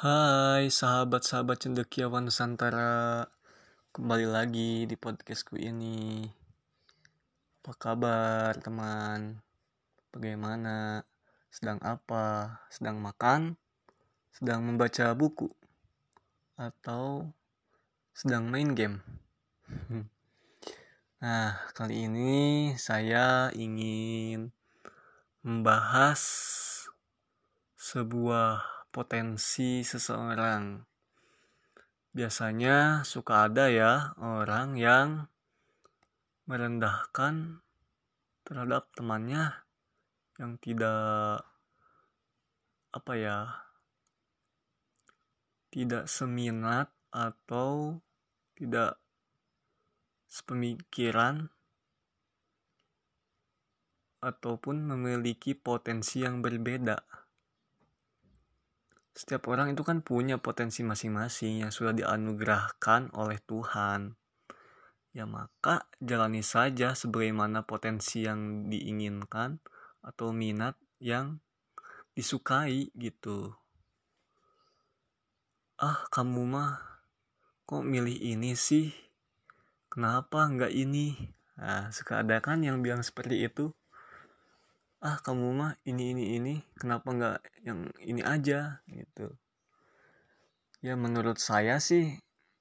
Hai sahabat-sahabat cendekiawan Nusantara, kembali lagi di podcastku ini. Apa kabar teman? Bagaimana? Sedang apa? Sedang makan? Sedang membaca buku? Atau sedang main game? Nah, kali ini saya ingin membahas sebuah potensi seseorang. Biasanya suka ada ya orang yang merendahkan terhadap temannya yang tidak tidak seminat atau tidak sepemikiran ataupun memiliki potensi yang berbeda. Setiap orang itu kan punya potensi masing-masing yang sudah dianugerahkan oleh Tuhan. Ya maka jalani saja sebagaimana potensi yang diinginkan atau minat yang disukai gitu. Kamu mah kok milih ini sih? Kenapa nggak ini? Nah, suka ada kan yang bilang seperti itu. Kamu mah ini. Kenapa nggak yang ini aja? Gitu. Ya menurut saya sih,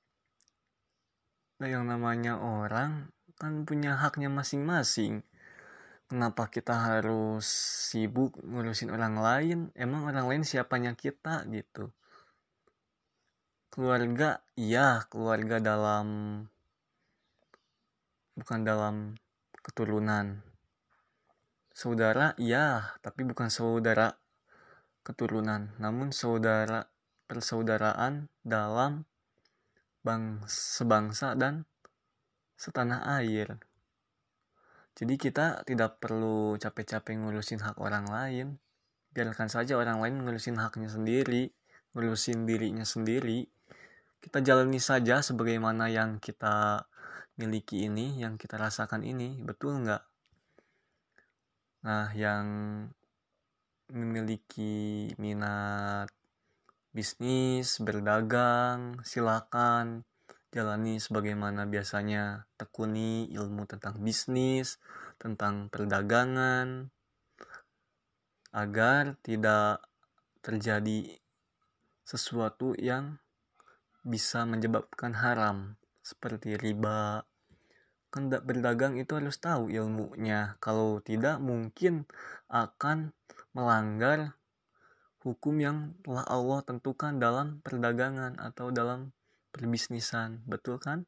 yang namanya orang kan punya haknya masing-masing. Kenapa kita harus sibuk ngurusin orang lain? Emang orang lain siapanya kita gitu. Keluarga, iya keluarga bukan dalam keturunan. Saudara, iya, tapi bukan saudara keturunan, namun persaudaraan dalam sebangsa dan setanah air. Jadi kita tidak perlu capek-capek ngurusin hak orang lain. Biarkan saja orang lain ngurusin haknya sendiri, ngurusin dirinya sendiri. Kita jalani saja sebagaimana yang kita miliki ini, yang kita rasakan ini, betul nggak? Nah, yang memiliki minat bisnis, berdagang, silakan jalani sebagaimana biasanya, tekuni ilmu tentang bisnis, tentang perdagangan, agar tidak terjadi sesuatu yang bisa menyebabkan haram, seperti riba. Kan berdagang itu harus tahu ilmunya, kalau tidak mungkin akan melanggar hukum yang telah Allah tentukan dalam perdagangan atau dalam perbisnisan, betul kan?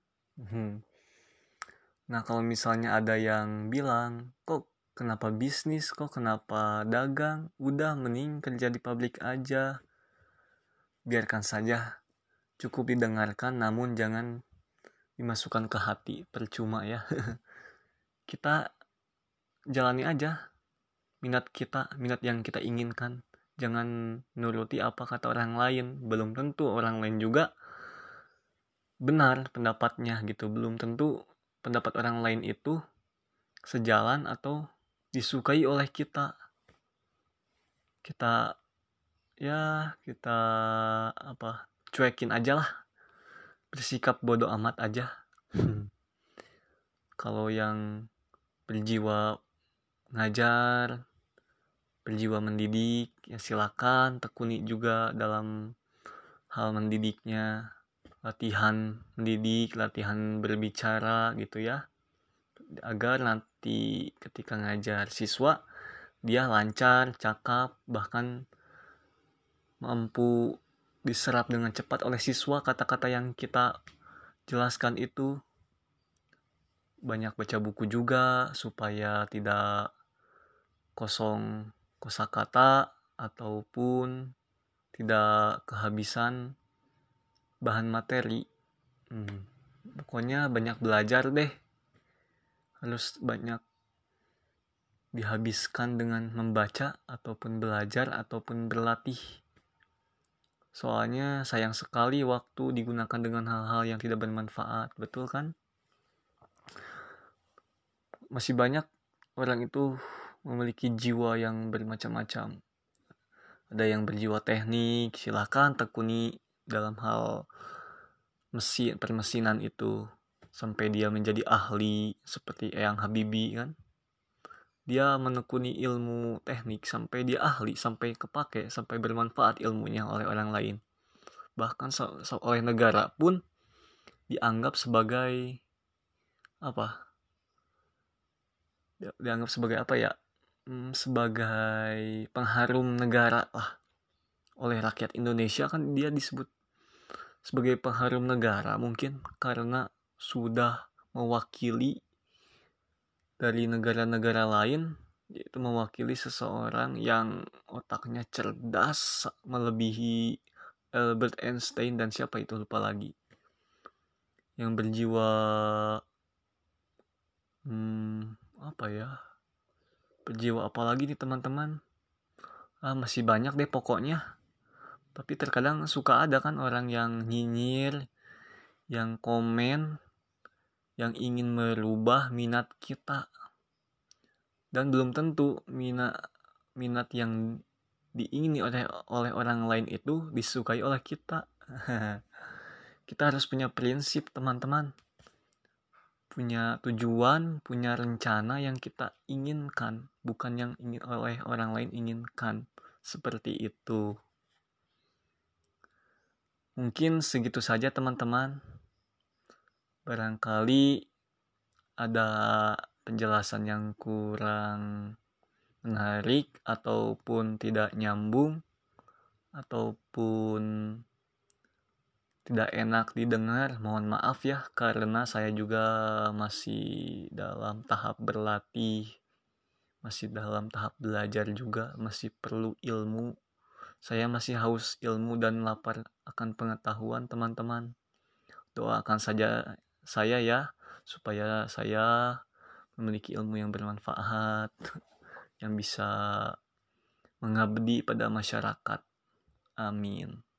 Nah, kalau misalnya ada yang bilang, kok kenapa bisnis, kok kenapa dagang, udah mending kerja di pabrik aja. Biarkan saja, cukup didengarkan namun jangan dimasukkan ke hati, percuma ya. Kita jalani aja minat yang kita inginkan. Jangan nuruti apa kata orang lain. Belum tentu orang lain juga benar pendapatnya gitu. Belum tentu pendapat orang lain itu sejalan atau disukai oleh kita. Kita cuekin aja lah. Bersikap bodoh amat aja. Kalau yang berjiwa ngajar, berjiwa mendidik, ya silakan tekuni juga dalam hal mendidiknya, latihan mendidik, latihan berbicara gitu ya, agar nanti ketika ngajar siswa dia lancar, cakap, bahkan mampu diserap dengan cepat oleh siswa kata-kata yang kita jelaskan itu. Banyak baca buku juga supaya tidak kosong kosakata ataupun tidak kehabisan bahan materi. Pokoknya banyak belajar deh. Harus banyak dihabiskan dengan membaca ataupun belajar ataupun berlatih. Soalnya sayang sekali waktu digunakan dengan hal-hal yang tidak bermanfaat, betul kan? Masih banyak orang itu memiliki jiwa yang bermacam-macam. ada yang berjiwa teknik, silakan tekuni dalam hal mesin permesinan itu sampai dia menjadi ahli seperti Eyang Habibie kan. Dia menekuni ilmu teknik sampai dia ahli, sampai kepake, sampai bermanfaat ilmunya oleh orang lain. Bahkan oleh negara pun dianggap sebagai apa? Dianggap sebagai apa ya? Sebagai pengharum negara lah. Oleh rakyat Indonesia kan dia disebut sebagai pengharum negara mungkin karena sudah mewakili dari negara-negara lain, yaitu mewakili seseorang yang otaknya cerdas melebihi Albert Einstein dan siapa itu lupa lagi, yang berjiwa apa ya, berjiwa apa lagi nih teman-teman, masih banyak deh pokoknya. Tapi terkadang suka ada kan orang yang nyinyir, yang komen, yang ingin merubah minat kita. Dan belum tentu minat yang diingini oleh orang lain itu disukai oleh kita. Kita harus punya prinsip, teman-teman. Punya tujuan, punya rencana yang kita inginkan, bukan yang ingin oleh orang lain inginkan. Seperti itu. Mungkin segitu saja, teman-teman. Barangkali ada penjelasan yang kurang menarik ataupun tidak nyambung ataupun tidak enak didengar, mohon maaf ya, karena saya juga masih dalam tahap berlatih, masih dalam tahap belajar juga, masih perlu ilmu. Saya masih haus ilmu dan lapar akan pengetahuan, teman-teman. Doakan saja saya ya, supaya saya memiliki ilmu yang bermanfaat, yang bisa mengabdi pada masyarakat. Amin.